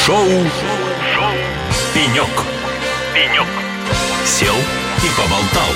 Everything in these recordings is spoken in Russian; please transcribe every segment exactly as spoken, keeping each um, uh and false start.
Шоу Шоу Пенек. Пенек. Сел и поболтал.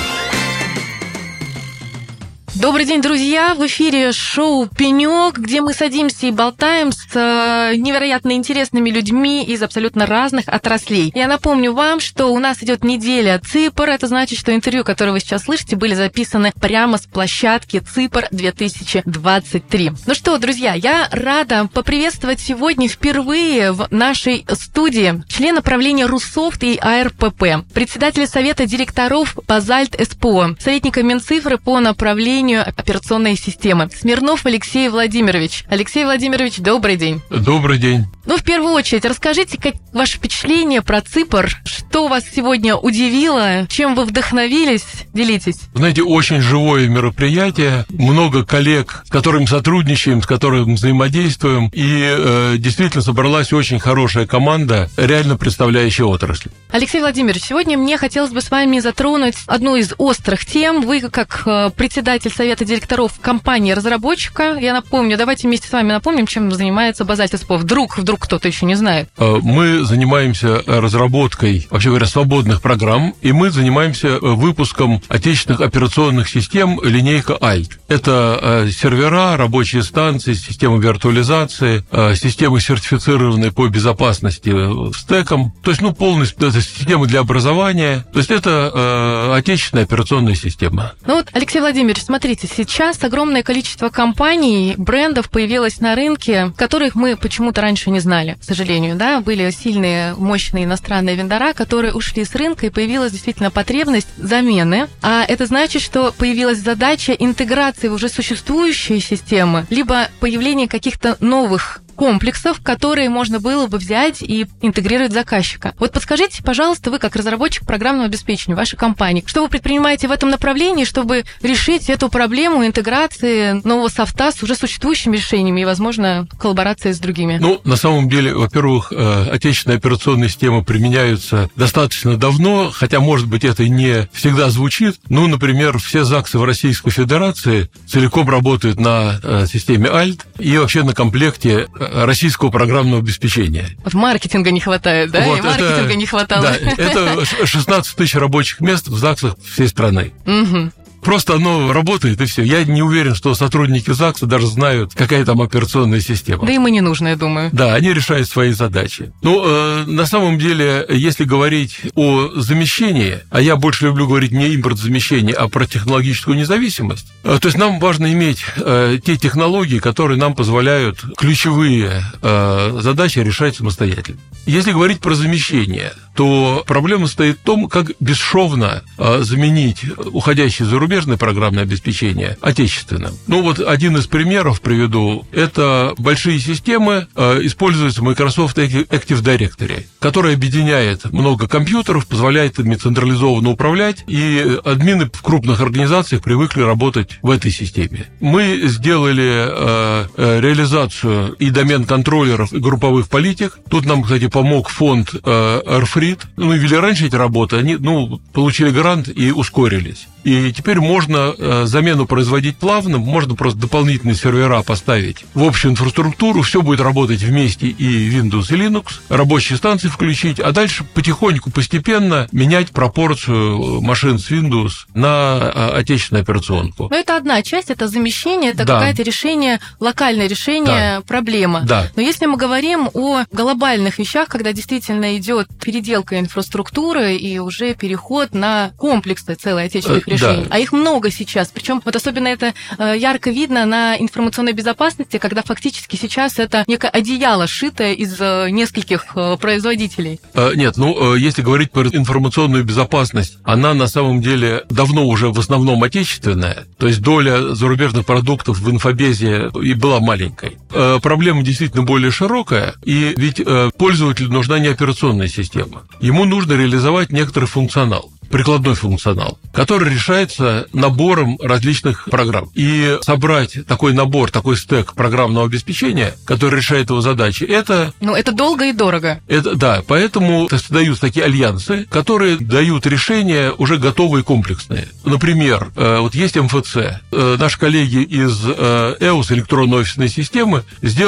Добрый день, друзья! В эфире шоу «Пенек», где мы садимся и болтаем с невероятно интересными людьми из абсолютно разных отраслей. Я напомню вам, что у нас идет неделя ЦИПР. Это значит, что интервью, которые вы сейчас слышите, были записаны прямо с площадки ЦИПР две тысячи двадцать три. Ну что, друзья, я рада поприветствовать сегодня впервые в нашей студии члена правления Руссофт и АРПП, председателя Совета директоров Базальт СПО, советника Минцифры по направлению операционной системы Смирнов Алексей Владимирович. Алексей Владимирович, добрый день. Добрый день. Ну, в первую очередь, расскажите, как ваше впечатление про ЦИПР, что вас сегодня удивило, чем вы вдохновились, делитесь. Знаете, очень живое мероприятие, много коллег, с которыми сотрудничаем, с которыми взаимодействуем, и э, действительно собралась очень хорошая команда, реально представляющая отрасль. Алексей Владимирович, сегодня мне хотелось бы с вами затронуть одну из острых тем. Вы, как председатель Совета директоров компании-разработчика, я напомню, давайте вместе с вами напомним, чем занимается Базальт СПО. Вдруг, вдруг кто-то еще не знает. Мы занимаемся разработкой, вообще говоря, свободных программ, и мы занимаемся выпуском отечественных операционных систем линейка альт. Это сервера, рабочие станции, системы виртуализации, системы, сертифицированные по безопасности стеком, то есть, ну, полностью это системы для образования, то есть это отечественная операционная система. Ну вот, Алексей Владимирович, смотрите, сейчас огромное количество компаний, брендов появилось на рынке, которых мы почему-то раньше не знали, к сожалению, да, были сильные, мощные иностранные вендора, которые ушли с рынка, и появилась действительно потребность замены, а это значит, что появилась задача интеграции в уже существующие системы, либо появление каких-то новых комплексов, которые можно было бы взять и интегрировать заказчика. Вот подскажите, пожалуйста, вы как разработчик программного обеспечения вашей компании, что вы предпринимаете в этом направлении, чтобы решить эту проблему интеграции нового софта с уже существующими решениями и, возможно, коллаборации с другими? Ну, на самом деле, во-первых, отечественные операционные системы применяются достаточно давно, хотя, может быть, это и не всегда звучит. Ну, например, все ЗАГСы в Российской Федерации целиком работают на системе альт и вообще на комплекте российского программного обеспечения. Вот маркетинга не хватает, да? Вот и маркетинга это, не хватало. Да, это шестнадцать тысяч рабочих мест в ЗАГСах всей страны. Угу. Просто оно работает, и все. Я не уверен, что сотрудники ЗАГСа даже знают, какая там операционная система. Да им и не нужно, я думаю. Да, они решают свои задачи. Ну, э, на самом деле, если говорить о замещении, а я больше люблю говорить не импортозамещение, а про технологическую независимость, э, то есть нам важно иметь э, те технологии, которые нам позволяют ключевые э, задачи решать самостоятельно. Если говорить про замещение, то проблема стоит в том, как бесшовно э, заменить уходящий за рубеж зарубежное программное обеспечение отечественным. Ну вот один из примеров приведу. Это большие системы, э, используются Microsoft Active Directory, который объединяет много компьютеров, позволяет ими централизованно управлять, и админы в крупных организациях привыкли работать в этой системе. Мы сделали э, э, реализацию и домен-контроллеров, и групповых политик. Тут нам, кстати, помог фонд э, Airfrit. Мы вели раньше эти работы, они ну, получили грант и ускорились. И теперь можно э, замену производить плавно, можно просто дополнительные сервера поставить в общую инфраструктуру, все будет работать вместе, и Windows, и Linux, рабочие станции включить, а дальше потихоньку, постепенно менять пропорцию машин с Windows на э, отечественную операционку. Но это одна часть, это замещение, это да. какое-то решение, локальное решение да. проблемы. Да. Но если мы говорим о глобальных вещах, когда действительно идет переделка инфраструктуры и уже переход на комплексы целой отечественных решений. Да. А их много сейчас. Причем вот особенно это ярко видно на информационной безопасности, когда фактически сейчас это некое одеяло, сшитое из нескольких производителей. Нет, ну, если говорить про информационную безопасность, она на самом деле давно уже в основном отечественная, то есть доля зарубежных продуктов в инфобезе и была маленькой. Проблема действительно более широкая, и ведь пользователю нужна не операционная система. Ему нужно реализовать некоторый функционал. прикладной функционал, который решается набором различных программ. И собрать такой набор, такой стек программного обеспечения, который решает его задачи, это... Ну, это долго и дорого. Это, да, поэтому создаются такие альянсы, которые дают решения уже готовые комплексные. Например, вот есть эм эф цэ. Наши коллеги из и о эс, электронной офисной системы, сделали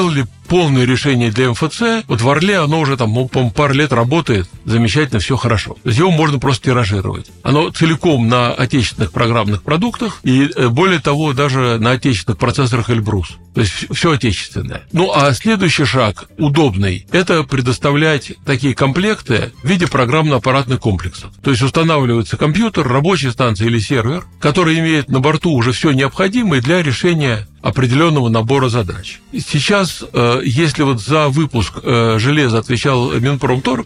полное решение для эм эф цэ. Вот в Орле оно уже там, по-моему, пару лет работает, замечательно, все хорошо. То есть его можно просто тиражировать. Оно целиком на отечественных программных продуктах и, более того, даже на отечественных процессорах Эльбрус. То есть все отечественное. Ну, а следующий шаг, удобный, это предоставлять такие комплекты в виде программно-аппаратных комплексов. То есть устанавливается компьютер, рабочая станция или сервер, который имеет на борту уже все необходимое для решения определенного набора задач. Сейчас, если вот за выпуск железа отвечал Минпромторг,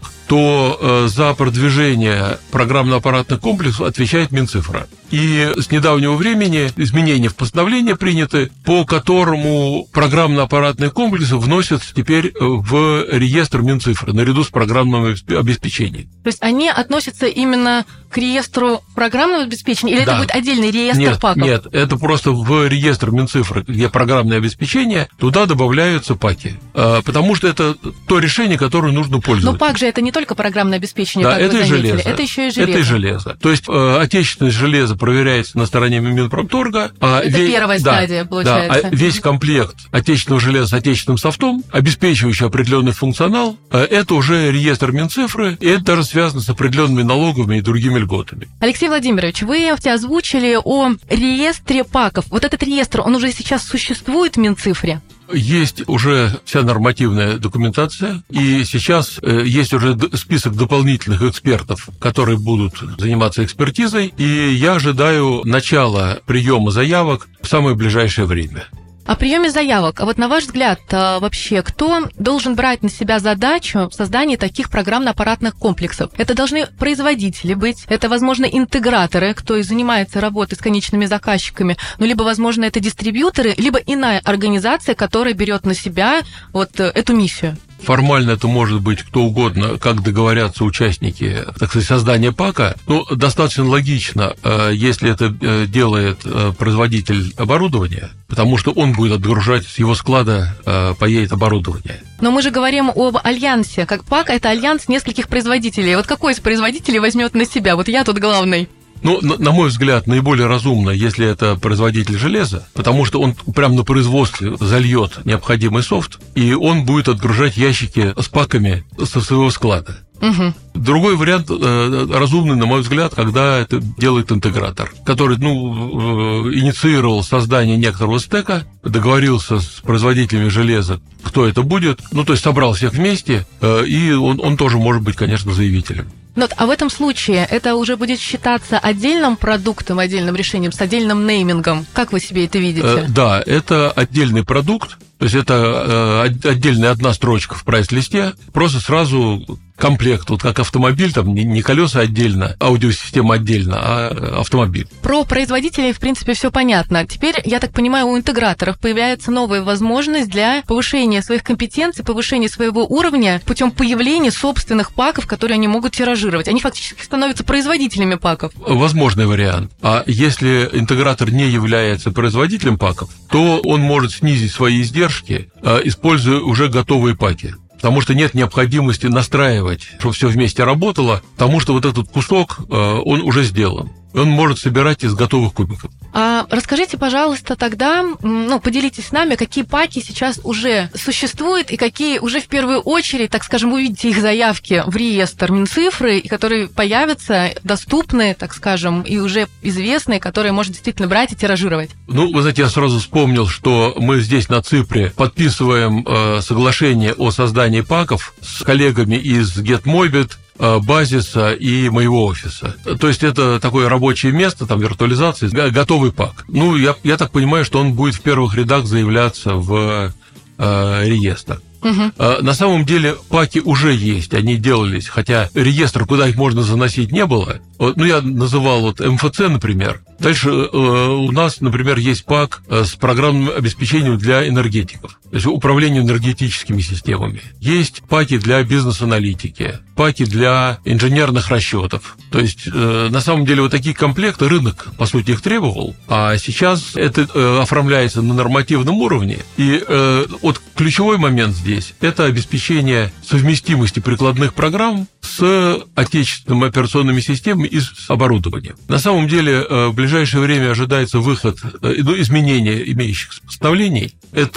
то за продвижение программно-аппаратных комплексов отвечает Минцифра. И с недавнего времени изменения в постановлении приняты, по которому программно-аппаратные комплексы вносят теперь в реестр Минцифры наряду с программным обеспечением. То есть они относятся именно к реестру программного обеспечения, или да. это будет отдельный реестр нет, паков? Нет, это просто в реестр Минцифры, где программное обеспечение, туда добавляются паки. Потому что это то решение, которое нужно пользоваться. Но пак же это не только программное обеспечение, да, как это вы и заметили. железо. Это еще и железо. Это и железо. То есть отечественное железо проверяется на стороне Минпромторга. А это весь, первая да, стадия, получается. Да, а весь комплект отечественного железа с отечественным софтом, обеспечивающий определенный функционал, это уже реестр Минцифры, и это даже связано с определенными налоговыми и другими льготами. Алексей Владимирович, вы озвучили о реестре паков. Вот этот реестр, он уже сейчас существует в Минцифре? Есть уже вся нормативная документация, и сейчас есть уже список дополнительных экспертов, которые будут заниматься экспертизой, и я ожидаю начала приема заявок в самое ближайшее время. О приеме заявок. А вот на ваш взгляд, вообще, кто должен брать на себя задачу в создании таких программно-аппаратных комплексов? Это должны производители быть, это, возможно, интеграторы, кто и занимается работой с конечными заказчиками, ну, либо, возможно, это дистрибьюторы, либо иная организация, которая берет на себя вот эту миссию. Формально это может быть кто угодно, как договорятся участники, так сказать, создания пака. Но достаточно логично, если это делает производитель оборудования, потому что он будет отгружать, с его склада поедет оборудование. Но мы же говорим об альянсе. Как пак – это альянс нескольких производителей. Вот какой из производителей возьмет на себя? Вот я тут главный. Ну, на, на мой взгляд, наиболее разумно, если это производитель железа, потому что он прямо на производстве зальет необходимый софт, и он будет отгружать ящики с паками со своего склада. Угу. Другой вариант э, разумный, на мой взгляд, когда это делает интегратор, который ну, э, инициировал создание некоторого стека, договорился с производителями железа, кто это будет, ну, то есть собрал всех вместе, э, и он, он тоже может быть, конечно, заявителем. Но, а в этом случае это уже будет считаться отдельным продуктом, отдельным решением, с отдельным неймингом. Как вы себе это видите? Э, да, это отдельный продукт, то есть это э, отдельная одна строчка в прайс-листе, просто сразу комплект, вот как автомобиль, там не колеса отдельно, аудиосистема отдельно, а автомобиль. Про производителей, в принципе, все понятно. Теперь, я так понимаю, у интеграторов появляется новая возможность для повышения своих компетенций, повышения своего уровня путем появления собственных паков, которые они могут тиражировать. Они фактически становятся производителями паков. Возможный вариант. А если интегратор не является производителем паков, то он может снизить свои издержки, используя уже готовые паки. Потому что нет необходимости настраивать, чтобы все вместе работало, потому что вот этот кусок, он уже сделан. Он может собирать из готовых кубиков. А расскажите, пожалуйста, тогда, ну, поделитесь с нами, какие паки сейчас уже существуют и какие уже в первую очередь, так скажем, вы увидите их заявки в реестр Минцифры, и которые появятся доступные, так скажем, и уже известные, которые можно действительно брать и тиражировать. Ну, вы знаете, я сразу вспомнил, что мы здесь на Ципре подписываем э, соглашение о создании паков с коллегами из GetMobit, Базиса и моего офиса. То есть это такое рабочее место, там виртуализация, готовый пак. Ну, я, я так понимаю, что он будет в первых рядах заявляться в э, реестр. Угу. На самом деле паки уже есть, они делались, хотя реестр, куда их можно заносить, не было. Ну, я называл вот эм эф цэ, например. Дальше э, у нас, например, есть пак с программным обеспечением для энергетиков, то есть управление энергетическими системами. Есть паки для бизнес-аналитики, паки для инженерных расчетов. То есть, э, на самом деле, вот такие комплекты рынок, по сути, их требовал, а сейчас это э, оформляется на нормативном уровне. И э, вот ключевой момент здесь – это обеспечение совместимости прикладных программ с отечественными операционными системами и с оборудованием. На самом деле в ближайшее время ожидается выход, ну, изменения имеющихся постановлений.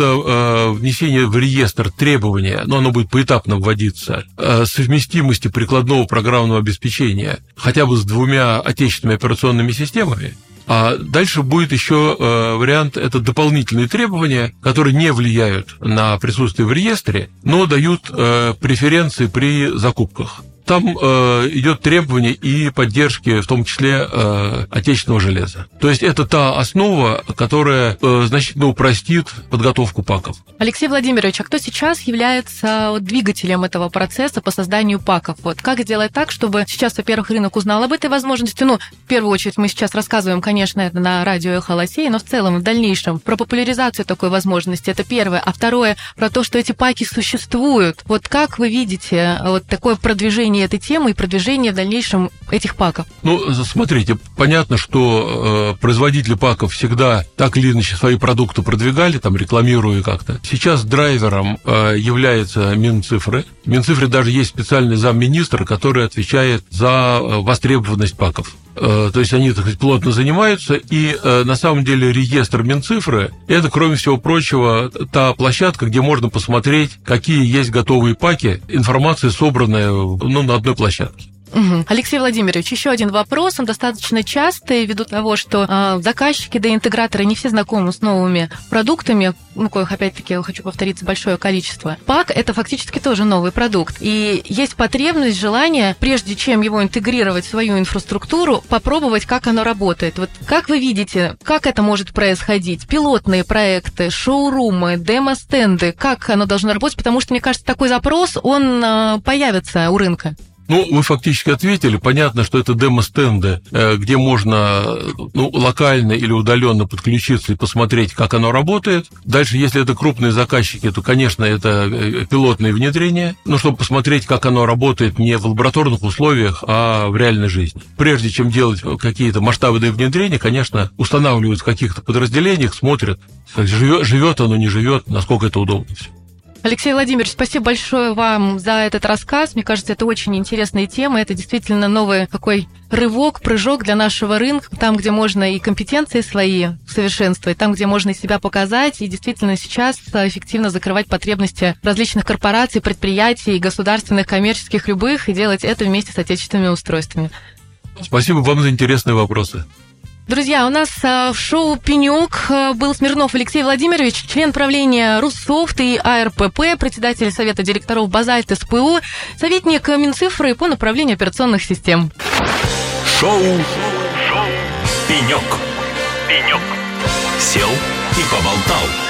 Это внесение в реестр требования, но оно будет поэтапно вводиться, совместимости прикладного программного обеспечения хотя бы с двумя отечественными операционными системами. А дальше будет еще э, вариант, это дополнительные требования, которые не влияют на присутствие в реестре, но дают э, преференции при закупках. Там э, идет требование и поддержки, в том числе э, отечественного железа. То есть это та основа, которая э, значительно упростит подготовку паков. Алексей Владимирович, а кто сейчас является двигателем этого процесса по созданию паков? Вот как сделать так, чтобы сейчас, во-первых, рынок узнал об этой возможности? Ну, в первую очередь, мы сейчас рассказываем, конечно, это на радио «Эхо Лосей», но в целом, в дальнейшем, про популяризацию такой возможности, это первое. А второе, про то, что эти паки существуют. Вот как вы видите вот такое продвижение этой темы и продвижение в дальнейшем этих паков? Ну, смотрите, понятно, что э, производители паков всегда так или иначе свои продукты продвигали, там, рекламируя как-то. Сейчас драйвером э, является Минцифры. В Минцифре даже есть специальный замминистра, который отвечает за востребованность паков. То есть они, так сказать, плотно занимаются, и э, на самом деле реестр Минцифры – это, кроме всего прочего, та площадка, где можно посмотреть, какие есть готовые паки, информация, собранная, ну, на одной площадке. Угу. Алексей Владимирович, еще один вопрос, он достаточно частый, ввиду того, что э, заказчики да интеграторы не все знакомы с новыми продуктами, ну, коих, опять-таки, я хочу повториться, большое количество. Пак – это фактически тоже новый продукт, и есть потребность, желание, прежде чем его интегрировать в свою инфраструктуру, попробовать, как оно работает. Вот как вы видите, как это может происходить? Пилотные проекты, шоурумы, демо-стенды, как оно должно работать? Потому что, мне кажется, такой запрос, он э, появится у рынка. Ну, вы фактически ответили. Понятно, что это демо-стенды, где можно, ну, локально или удаленно подключиться и посмотреть, как оно работает. Дальше, если это крупные заказчики, то, конечно, это пилотные внедрения, ну, чтобы посмотреть, как оно работает не в лабораторных условиях, а в реальной жизни. Прежде чем делать какие-то масштабные внедрения, конечно, устанавливают в каких-то подразделениях, смотрят, живет, живет оно, не живет, насколько это удобно все. Алексей Владимирович, спасибо большое вам за этот рассказ. Мне кажется, это очень интересная тема. Это действительно новый такой рывок, прыжок для нашего рынка. Там, где можно и компетенции свои совершенствовать, там, где можно себя показать. И действительно сейчас эффективно закрывать потребности различных корпораций, предприятий, государственных, коммерческих, любых, и делать это вместе с отечественными устройствами. Спасибо вам за интересные вопросы. Друзья, у нас в шоу «Пенёк» был Смирнов Алексей Владимирович, член правления Руссофт и А Р П П, председатель Совета директоров «Базальт С П У», советник Минцифры по направлению операционных систем. Шоу, шоу «Пенёк». Пенёк. Сел и поболтал.